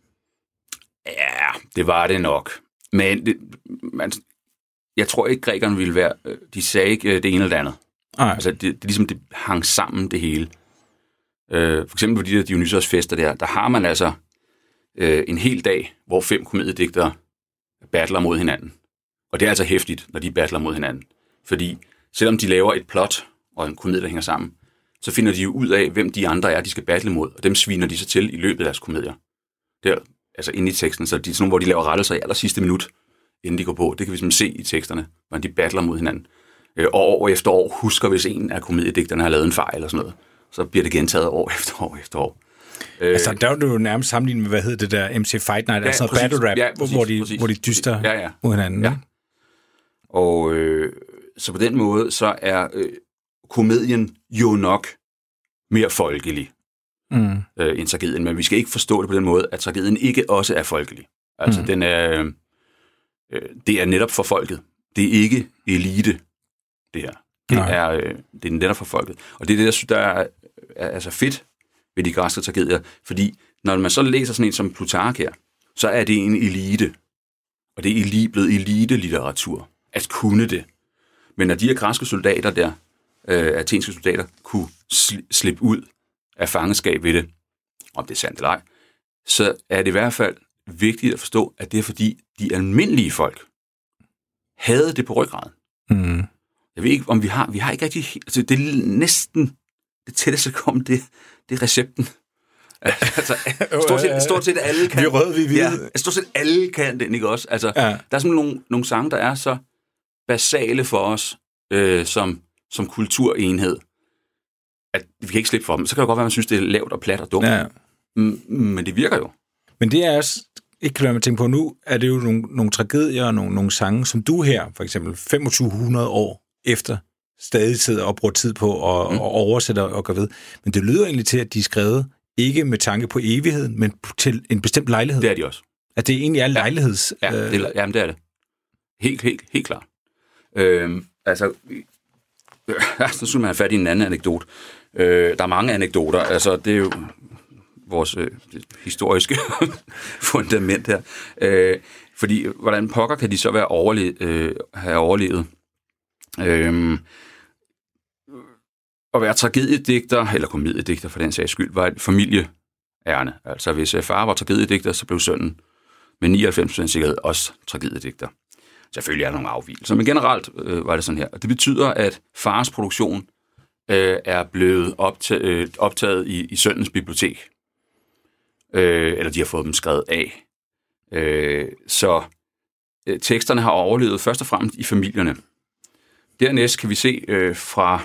Ja, det var det nok. Men det, man, jeg tror ikke, grækerne ville være... De sagde ikke det ene eller det andet. Ej. Altså, det, det, ligesom det hang sammen, det hele. Øh, for eksempel på de der Dionysos fester der, der har man altså øh, en hel dag, hvor fem komediedigtere battler mod hinanden. Og det er altså hæftigt, når de battler mod hinanden. Fordi selvom de laver et plot og en komedie, der hænger sammen, så finder de jo ud af, hvem de andre er, de skal battle mod, og dem sviner de så til i løbet af deres komedier. Der, altså inde i teksten, så de er sådan nogle, hvor de laver rettelser i aller sidste minut, inden de går på. Det kan vi simpelthen se i teksterne, når de battler mod hinanden. Og år efter år husker, hvis en af komediedigterne har lavet en fejl eller sådan noget, så bliver det gentaget år efter år efter år. Altså, der er det jo nærmest sammenlignet med, hvad hedder det der, M C Fight Night, ja, altså præcis, battle rap, ja, præcis, hvor, de, præcis, hvor de dyster ja, ja. mod hinanden. Ja. Og øh, så på den måde, så er øh, komedien jo nok mere folkelig mm. øh, end tragedien, men vi skal ikke forstå det på den måde, at tragedien ikke også er folkelig. Altså, mm. den er, øh, det er netop for folket. Det er ikke elite, det her. Det er, øh, det er netop for folket. Og det er det, jeg synes, der er, er, er så fedt ved de græske tragedier, fordi når man så læser sådan en som Plutark her, så er det en elite. Og det er eli, blevet elite-litteratur. At kunne det. Men når de her græske soldater der, øh, athenske soldater, kunne sli- slippe ud af fangeskab ved det, om det er sandt eller ej, så er det i hvert fald vigtigt at forstå, at det er fordi, de almindelige folk havde det på ryggraden. Mm. Jeg ved ikke, om vi har, vi har ikke rigtig, altså det er næsten det tætteste kom, det, det er recepten. Altså, stort set, stort set alle kan. Vi rød, vi hvide. Ja, stort set alle kan den, ikke også? Altså, ja. Der er simpelthen nogle, nogle sange, der er så basale for os, øh, som, som kulturenhed, at vi kan ikke slippe for dem. Så kan det godt være, at man synes, det er lavt og plat og dumt. Ja. Men det virker jo. Men det er også, ikke kan man tænke på nu, er det jo nogle, nogle tragedier og nogle, nogle sange, som du her, for eksempel femogtyve hundrede år efter, stadig sidder og bruger tid på og, mm. og oversætter og gør ved. Men det lyder egentlig til, at de er skrevet ikke med tanke på evigheden, men til en bestemt lejlighed. Det er de også. At det egentlig er lejligheds... Ja, ja, det, er, jamen, det er det. Helt, helt, helt klart. Øhm, altså, så skulle man have fat i en anden anekdote. Øh, der er mange anekdoter. Altså, det er jo vores øh, historiske fundament her. Øh, fordi, hvordan pokker kan de så være overle- øh, have overlevet? Øh, at være tragediedigter, eller komediedigter for den sags skyld, var et familieærne. Altså, hvis far var tragediedigter, så blev sønnen med nioghalvfems procent sikkerhed også tragediedigter. Selvfølgelig er der nogle afvigelser, men generelt øh, var det sådan her. Og det betyder, at fars produktion øh, er blevet optaget, øh, optaget i, i sønnens bibliotek. Øh, eller de har fået dem skrevet af. Øh, så øh, teksterne har overlevet først og fremmest i familierne. Dernæst kan vi se øh, fra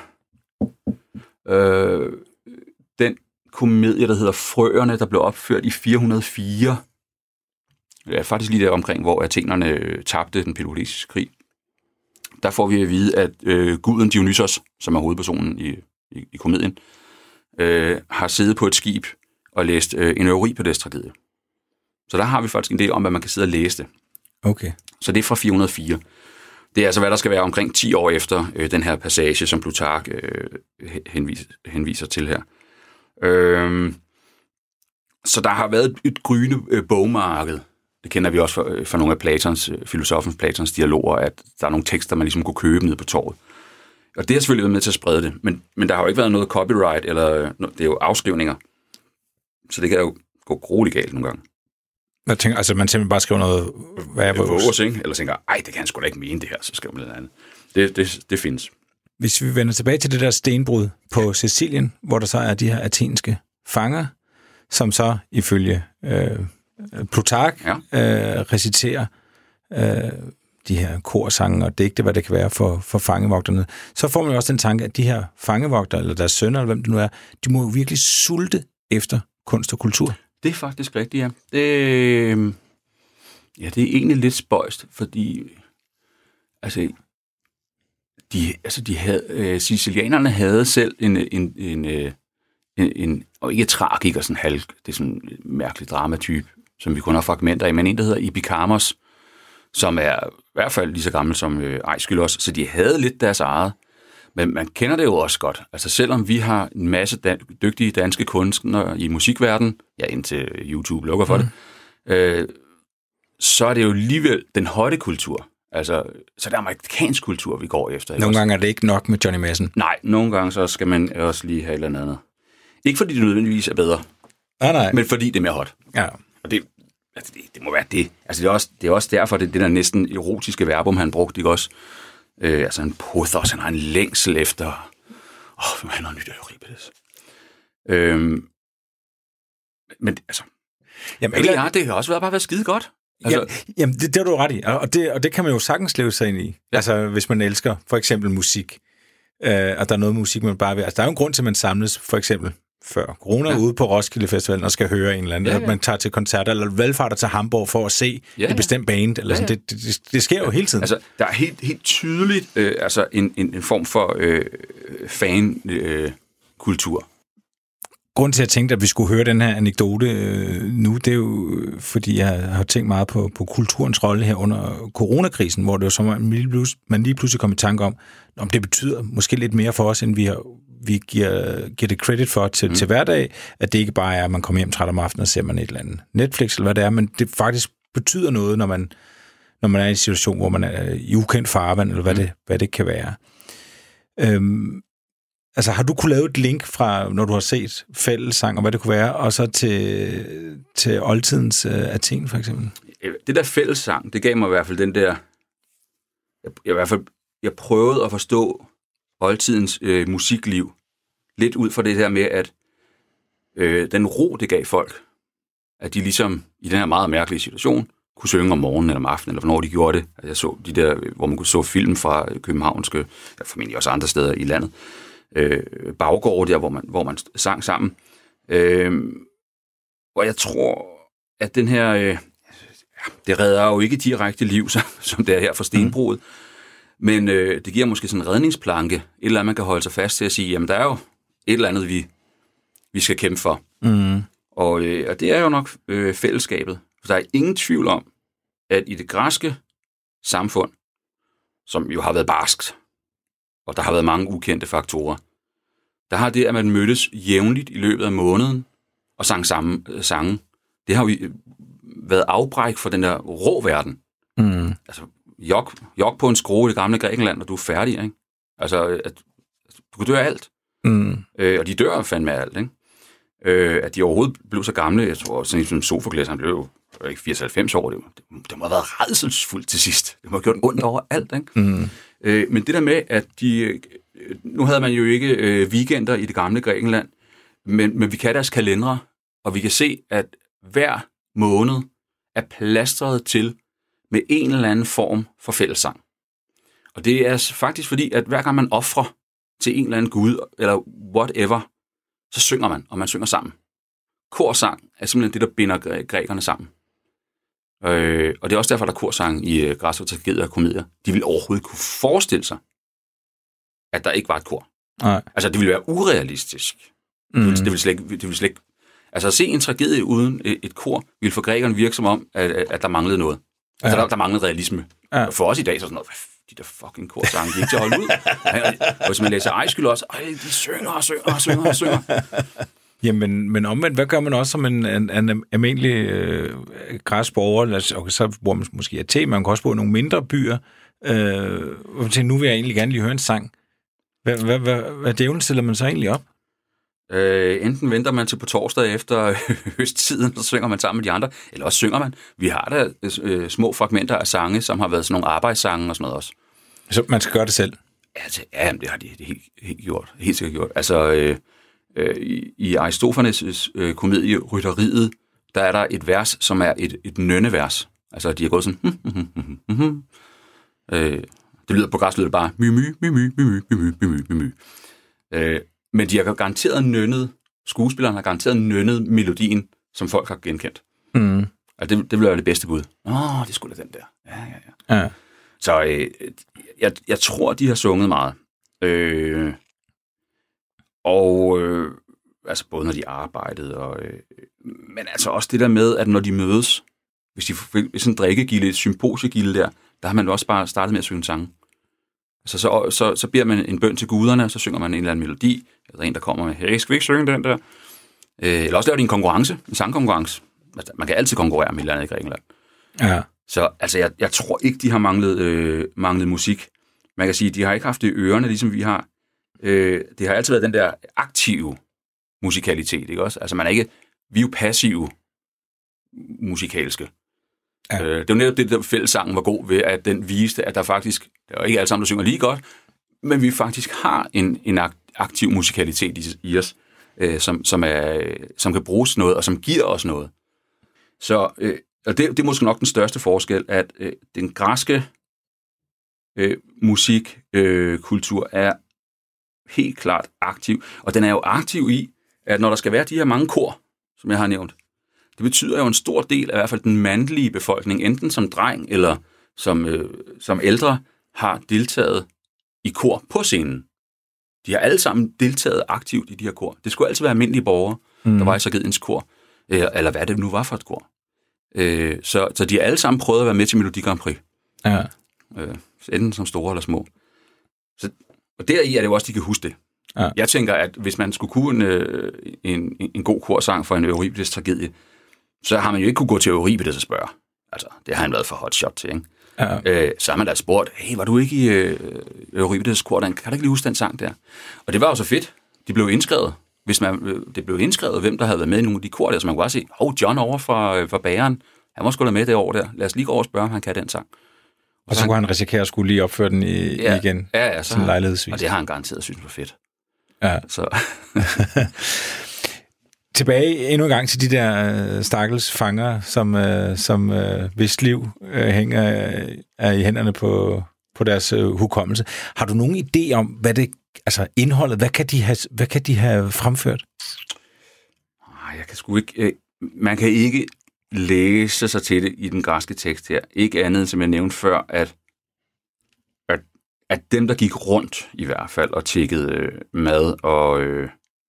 øh, den komedie, der hedder Frøerne, der blev opført i fire hundrede og fire. Ja, faktisk lige der omkring, hvor athenerne tabte den peloponnesiske krig. Der får vi at vide, at øh, guden Dionysos, som er hovedpersonen i, i, i komedien, øh, har siddet på et skib og læst øh, en Euripides-tragedie. Så der har vi faktisk en idé om, at man kan sidde og læse det. Okay. Så det er fra fire hundrede og fire. Det er altså, hvad der skal være omkring ti år efter øh, den her passage, som Plutark øh, henviser, henviser til her. Øh, så der har været et, et gryende øh, bogmarked. Det kender vi også fra, fra nogle af Platons, filosofen Platons dialoger, at der er nogle tekster, man ligesom kunne købe ned på torvet. Og det har selvfølgelig været med til at sprede det, men, men der har jo ikke været noget copyright, eller det er jo afskrivninger. Så det kan jo gå grueligt galt nogle gange. Jeg tænker, altså man simpelthen bare skriver noget, hvad er vores, ikke? Eller tænker, ej, det kan han sgu da ikke mene det her, så skriver man noget andet. Det, det, det findes. Hvis vi vender tilbage til det der stenbrud på ja. Sicilien, hvor der så er de her athenske fanger, som så ifølge øh, Plutark ja. øh, reciterer øh, de her korsange og digte, hvad det kan være for, for fangevogterne, så får man jo også den tanke, at de her fangevogtere, eller deres sønner, eller hvem det nu er, de må jo virkelig sulte efter kunst og kultur. Det er faktisk rigtigt, ja. Det, ja, det er egentlig lidt spøjst, fordi altså, de, altså de havde, øh, sicilianerne havde selv en, en, en, en, en og ikke tragik og sådan halv, det er sådan en mærkelig dramatype, som vi kun har fragmenter af, men en, der hedder Epikamos, som er i hvert fald lige så gammel som øh, Aeschylus, så de havde lidt deres eget. Men man kender det jo også godt. Altså selvom vi har en masse dan- dygtige danske kunstnere i musikverdenen, ja indtil YouTube lukker for mm. det, øh, så er det jo alligevel den høje kultur. Altså, så er det amerikansk kultur, vi går efter. Nogle gange er det ikke nok med Johnny Madsen. Nej, nogle gange så skal man også lige have et eller andet. Ikke fordi det nødvendigvis er bedre, ah, nej. men fordi det er mere hot. Ja. Og det, altså det, det må være det. Altså det er også, det er også derfor, det, det der næsten erotiske verbum, han brugte, ikke også? Øh, altså en pothos, han har en længsel efter, åh, oh, han har nyt Euripides. Øhm, men altså, jamen, eller, ja, det har også været bare været skide godt. Altså, jamen, jamen det, det har du ret i, og det, og det kan man jo sagtens leve sig ind i. Ja. Altså, hvis man elsker for eksempel musik, øh, og der er noget musik, man bare vil. Altså, der er jo en grund til, at man samles, for eksempel før corona, ja. ude på Roskilde Festivalen og skal høre en eller anden, ja, ja. man tager til koncerter, eller valgfarter til Hamburg for at se ja, ja. et bestemt band, eller sådan. Ja, ja. Det, det, det sker jo ja. hele tiden. Altså, der er helt, helt tydeligt øh, altså en, en, en form for øh, fan-kultur. Øh, Grunden til, at jeg tænkte, at vi skulle høre den her anekdote øh, nu, det er jo, fordi jeg har tænkt meget på, på kulturens rolle her under coronakrisen, hvor det jo så man lige, pludselig, man lige pludselig kom i tanke om, om det betyder måske lidt mere for os, end vi, har, vi giver, giver det credit for til, mm. til hverdag, at det ikke bare er, at man kommer hjem træt om aftenen og ser man et eller andet Netflix, eller hvad det er, men det faktisk betyder noget, når man, når man er i en situation, hvor man er i ukendt farvand, eller hvad, mm. det, hvad det kan være. Øhm, Altså, har du kunne lave et link fra, når du har set fællessang, og hvad det kunne være, og så til, til oldtidens uh, Athen, for eksempel? Det der fællessang, det gav mig i hvert fald den der... Jeg, jeg, i hvert fald, jeg prøvede at forstå oldtidens øh, musikliv lidt ud fra det her med, at øh, den ro, det gav folk, at de ligesom i den her meget mærkelige situation kunne synge om morgenen eller om aftenen, eller hvornår de gjorde det. Altså, jeg så de der, hvor man kunne så film fra københavnske, ja, formentlig også andre steder i landet, Øh, baggårde der, hvor man, hvor man sang sammen. Øh, og jeg tror, at den her, øh, det redder jo ikke direkte liv, som det er her for stenbruget, mm. men øh, det giver måske sådan en redningsplanke, et eller andet, man kan holde sig fast til at sige, jamen der er jo et eller andet, vi, vi skal kæmpe for. Mm. Og, øh, og det er jo nok øh, fællesskabet. For der er ingen tvivl om, at i det græske samfund, som jo har været barskt, og der har været mange ukendte faktorer, der har det, at man mødtes jævnligt i løbet af måneden og sang samme sange, det har jo været afbræk for den der rå verden. Mm. Altså, jog, jog på en skrue i det gamle Grækenland, og du er færdig, ikke? Altså, at, du kan dø af alt. Mm. Øh, og de dør fandme af alt, ikke? Øh, at de overhovedet blev så gamle, jeg tror, sådan en Sofokles, han blev jo ikke firs til halvfems år, det, det, det må have været rædselsfuldt til sidst. Det må have gjort ondt over alt, ikke? Mm. Øh, men det der med, at de... Nu havde man jo ikke øh, weekender i det gamle Grækenland, men, men vi kan deres kalendere, og vi kan se, at hver måned er plastret til med en eller anden form for fællessang. Og det er faktisk fordi, at hver gang man ofrer til en eller anden gud, eller whatever, så synger man, og man synger sammen. Korsang er simpelthen det, der binder grækerne sammen. Øh, og det er også derfor, der er korsang i øh, græske tragedier og komedier. De vil overhovedet kunne forestille sig, at der ikke var et kor. Nej. Altså, det ville være urealistisk. Mm. Det, ville, det, ville slet ikke, det ville slet ikke... Altså, at se en tragedie uden et, et kor, ville for grækerne virke som om, at, at der manglede noget. Altså, ja. der, der manglede realisme. Ja. For os i dag, så er sådan noget, de der fucking korsange, de er ikke til at holde ud. Og hvis man læser Aeschylus, ej, de synger og synger og synger og synger. Jamen, men omvendt, hvad gør man også som en, en, en almindelig øh, græsborger? Altså, okay, så bor man måske i Athen, man kan også bo i nogle mindre byer. Øh, nu vil jeg egentlig gerne lige høre en sang. Hvad, hvad, hvad, hvad dævlen stiller man så egentlig op? Øh, enten venter man til på torsdag efter høsttiden, så synger man sammen med de andre, eller også synger man. Vi har da øh, små fragmenter af sange, som har været sådan nogle arbejdssange og sådan noget også. Så man skal gøre det selv? Altså, ja, det har de det helt, helt gjort. Helt sikkert gjort. Altså, øh, øh, i, i Aristofanes' øh, komedie Rytteriet, der er der et vers, som er et, et nønnevers. Altså, de har gået sådan... Hmm, hmm, hmm, hmm, hmm. Øh, det lyder på græs, lyder det bare... My, my, my, my, my, my, my, my, my. Øh, men de har garanteret nønnet... Skuespilleren har garanteret nønnet melodien, som folk har genkendt. Mm. Altså, det, det vil være det bedste bud. Åh, det skulle da den der. Ja, ja, ja. ja. Så øh, jeg, jeg tror, de har sunget meget. Øh, og øh, altså både når de arbejdede, og, øh, men altså også det der med, at når de mødes, hvis de hvis en drikkegilde, et symposiegilde der, der har man også bare startet med at synge sange. Altså, så, så, så beder man en bøn til guderne, så synger man en eller anden melodi, eller en, der kommer med, hey, skal vi ikke synge den der? Øh, eller også laver de en konkurrence, en sangkonkurrence. Altså, man kan altid konkurrere med et eller andet i Grækenland. Ja. Så altså, jeg, jeg tror ikke, de har manglet, øh, manglet musik. Man kan sige, de har ikke haft det i ørerne, ligesom vi har. Øh, det har altid været den der aktive musikalitet, ikke også? Altså, man er ikke... Vi er jo passive musikalske. Ja. Øh, det var netop det, der fællessangen var god ved, at den viste, at der faktisk... Det er ikke alle sammen, der synger lige godt, men vi faktisk har en, en aktiv musikalitet i, i os, øh, som, som, er, som kan bruges noget, og som giver os noget. Så... Øh, Og det, det er måske nok den største forskel, at øh, den græske øh, musikkultur øh, er helt klart aktiv. Og den er jo aktiv i, at når der skal være de her mange kor, som jeg har nævnt, det betyder jo en stor del af i hvert fald den mandlige befolkning, enten som dreng eller som, øh, som ældre, har deltaget i kor på scenen. De har alle sammen deltaget aktivt i de her kor. Det skulle altid være almindelige borgere, mm. der var i Sargediens kor, øh, eller hvad det nu var for et kor. Øh, så, så de har alle sammen prøvet at være med til Melodi Grand Prix. Ja. Øh, enten som store eller små. Så, og deri er det jo også, de kan huske det. Ja. Jeg tænker, at hvis man skulle kunne en, en, en god korsang for en Euripides tragedie, så har man jo ikke kunne gå til Euripides og spørge. Altså, det har han været for hotshot til, ikke? Ja. Øh, så har man da spurgt, hey, var du ikke i øh, Euripides kor? Kan du ikke lige huske den sang der? Og det var jo så fedt. De blev indskrevet. Hvis man, det blev indskrevet, hvem der havde været med i nogle af de kor der, så man kunne bare se, hov, John over fra, fra bageren, han må sgu da med det år der. Lad os lige gå over og spørge, om han kan den sang. Og, og så, så kunne han, han risikere at skulle lige opføre den i, ja, igen, ja, ja, så sådan lejlighedsvis. Og det har han garanteret synes var fedt. Ja. Så. Tilbage endnu en gang til de der stakkels fanger, som, som hvis liv hænger er i hænderne på, på deres hukommelse. Har du nogen idé om, hvad det altså indholdet, hvad kan de have, hvad kan de have fremført? Jeg kan sgu ikke... Man kan ikke læse sig til det i den græske tekst her. Ikke andet, som jeg nævnte før, at, at, at dem, der gik rundt i hvert fald og tjekkede øh, mad og, øh,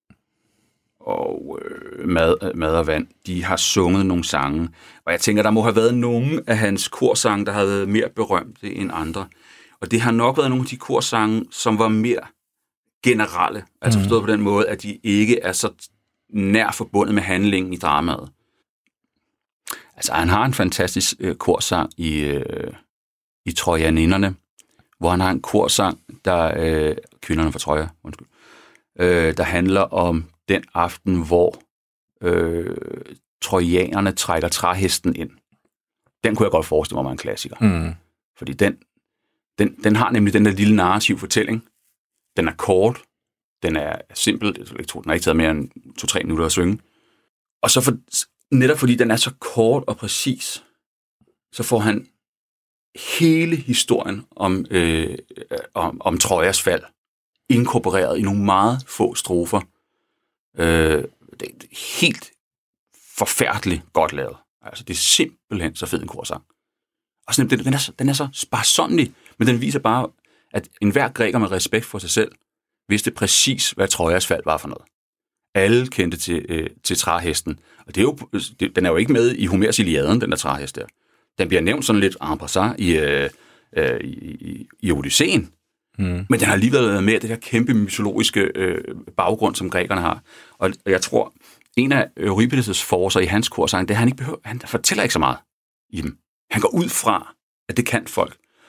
og øh, mad, mad og vand, de har sunget nogle sange. Og jeg tænker, der må have været nogle af hans korsange, der har været mere berømte end andre. Og det har nok været nogle af de korsange, som var mere generelle. Altså forstået mm. på den måde, at de ikke er så nær forbundet med handlingen i dramaet. Altså, han har en fantastisk øh, korsang i, øh, i Trojaninderne, hvor han har en korsang, der øh, kvinderne fra Troja, undskyld, øh, der handler om den aften, hvor øh, trojanerne trækker træhesten ind. Den kunne jeg godt forestille mig var en klassiker. Mm. Fordi den, den, den har nemlig den der lille narrativ fortælling. Den er kort, den er simpel, jeg tror, den har ikke taget mere end to-tre minutter at synge. Og så for, netop fordi den er så kort og præcis, så får han hele historien om, øh, om, om Trojas fald inkorporeret i nogle meget få strofer. Øh, det er helt forfærdeligt godt lavet. Altså, det er simpelthen så fed en korsang. Og sådan, den, den, er så, den er så sparsomlig, men den viser bare, at enhver græker med respekt for sig selv vidste præcis, hvad Trojas fald var for noget. Alle kendte til, øh, til træhesten. Og det er jo, det, den er jo ikke med i Homers Iliaden, den der træhest der. Den bliver nævnt sådan lidt en passant i, øh, øh, i, i Odysseen. Mm. Men den har alligevel været med det der kæmpe mytologiske øh, baggrund, som grækerne har. Og jeg tror, en af Euripides' forser i hans korsang, det han ikke behøver, han fortæller ikke så meget i dem. Han går ud fra, at det kan folk.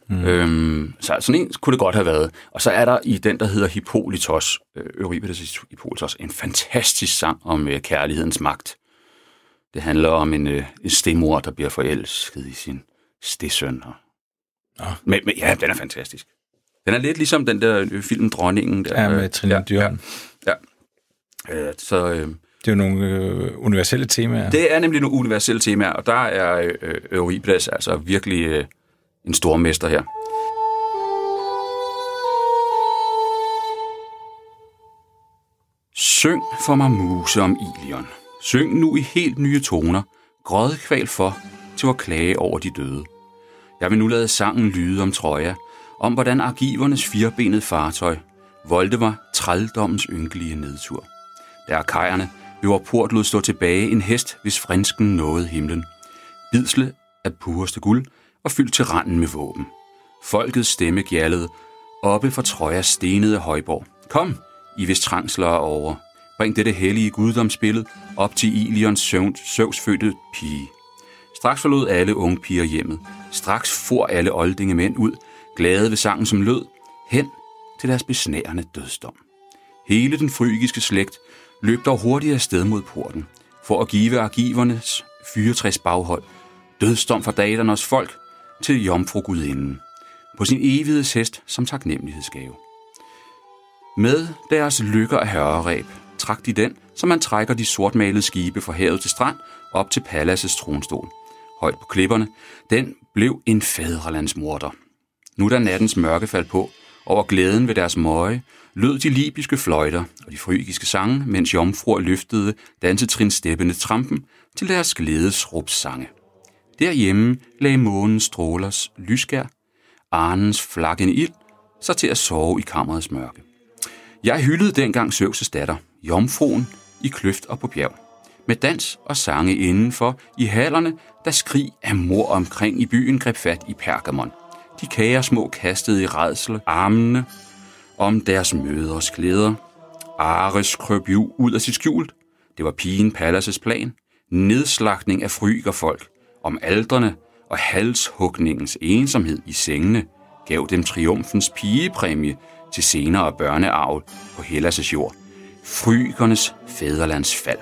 Mm. Øhm, så sådan en kunne det godt have været. Og så er der i den, der hedder Hippolytos, Euripides' Hippolytos, en fantastisk sang om øh, kærlighedens magt. Det handler om en, øh, en stemor, der bliver forelsket i sin stedsøn. Ja. Men, men ja, den er fantastisk. Den er lidt ligesom den der øh, film Dronningen. Der, ja, med Trine Dyrholm. Ja, ja. Øh, så... Øh, det er jo nogle øh, universelle temaer. Det er nemlig nogle universelle temaer, og der er øh, Euripides altså virkelig øh, en stormester her. Syng for mig muse om Ilion. Syng nu i helt nye toner, grødkval for, til vor klage over de døde. Jeg vil nu lade sangen lyde om Troja, om hvordan argivernes firbenede fartøj voldte var trældommens ynkelige nedtur. Da arkajerne ved vor port lod stå tilbage en hest, hvis frinsken nåede himlen. Bidsle af pureste guld og fyldt til randen med våben. Folkets stemme gjaldede oppe for Trojas stenede højborg. Kom, I hvis trængsler er over. Bring dette hellige guddomsbillede op til Ilions søvsfødte pige. Straks forlod alle unge piger hjemmet. Straks for alle oldinge mænd ud, glade ved sangen som lød, hen til deres besnærende dødsdom. Hele den frygiske slægt løb dog hurtigt afsted mod porten, for at give argivernes fyretræs baghold dødsdom fra Daternos folk til jomfrugudinden, på sin evigheds hest som taknemmelighedsgave. Med deres lykker af hørrereb trak de den, som man trækker de sortmalede skibe fra havet til strand op til paladsets tronstol. Højt på klipperne, den blev en fædrelandsmorder. Nu da nattens mørke faldt på, over glæden ved deres møje, lød de libyske fløjter og de frygiske sange, mens jomfruer løftede dansetrinsteppende trampen til deres glædesråbssange. Derhjemme lagde månens strålers lysskær, arnens flakkende ild, så til at sove i kammerets mørke. Jeg hyldede dengang Zeus' datter, jomfruen, i kløft og på bjerg. Med dans og sange indenfor i hallerne, der skrig af mor omkring i byen greb fat i Pergamon. De kære små kastede i rædsel armene om deres mødres klæder. Ares krøb jo ud af sit skjul. Det var pigen Pallas' plan. Nedslagning af frygerfolk. Om aldrene og halshugningens ensomhed i sengene gav dem triumfens pigepræmie til senere børnearv på Hellas' jord. Frygernes fædrelands fald.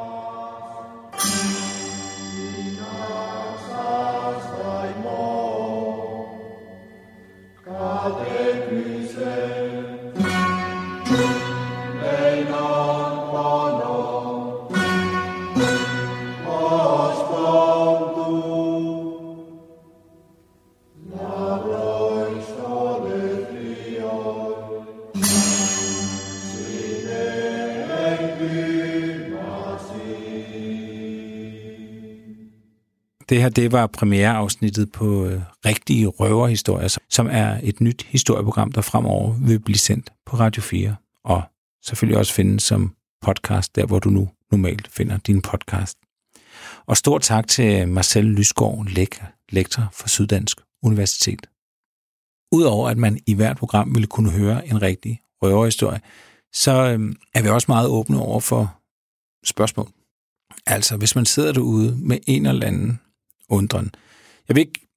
Det her, det var premiereafsnittet på øh, Rigtige Røverhistorier, som er et nyt historieprogram, der fremover vil blive sendt på Radio fire, og selvfølgelig også findes som podcast, der hvor du nu normalt finder din podcast. Og stort tak til Marcel Lysgaard, lektor for Syddansk Universitet. Udover at man i hvert program ville kunne høre en rigtig røverhistorie, så øh, er vi også meget åbne over for spørgsmål. Altså, hvis man sidder derude med en eller anden undren. Jeg ved ikke,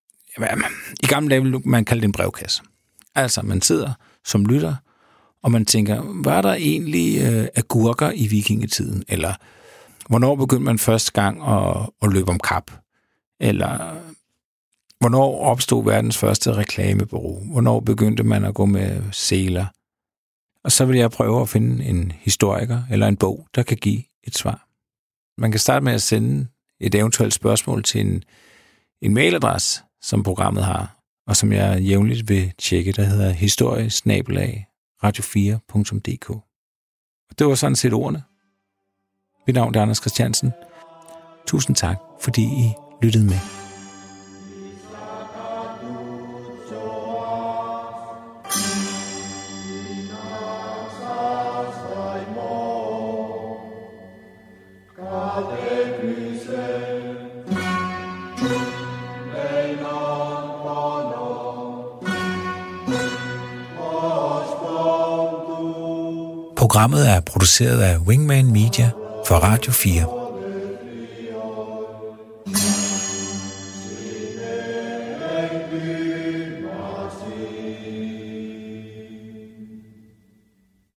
i gamle dage ville man kalde det en brevkasse. Altså, man sidder som lytter, og man tænker, var der egentlig øh, agurker i vikingetiden? Eller hvornår begyndte man første gang at, at løbe om kap? Eller hvornår opstod verdens første reklamebureau? Hvornår begyndte man at gå med seler? Og så vil jeg prøve at finde en historiker eller en bog, der kan give et svar. Man kan starte med at sende et eventuelt spørgsmål til en, en mailadresse, som programmet har, og som jeg jævnligt vil tjekke, der hedder historie snabel-a radio fire punktum d k. Og det var sådan set ordene. Mit navn er Anders Christiansen. Tusind tak, fordi I lyttede med. Programmet er produceret af Wingman Media for Radio fire.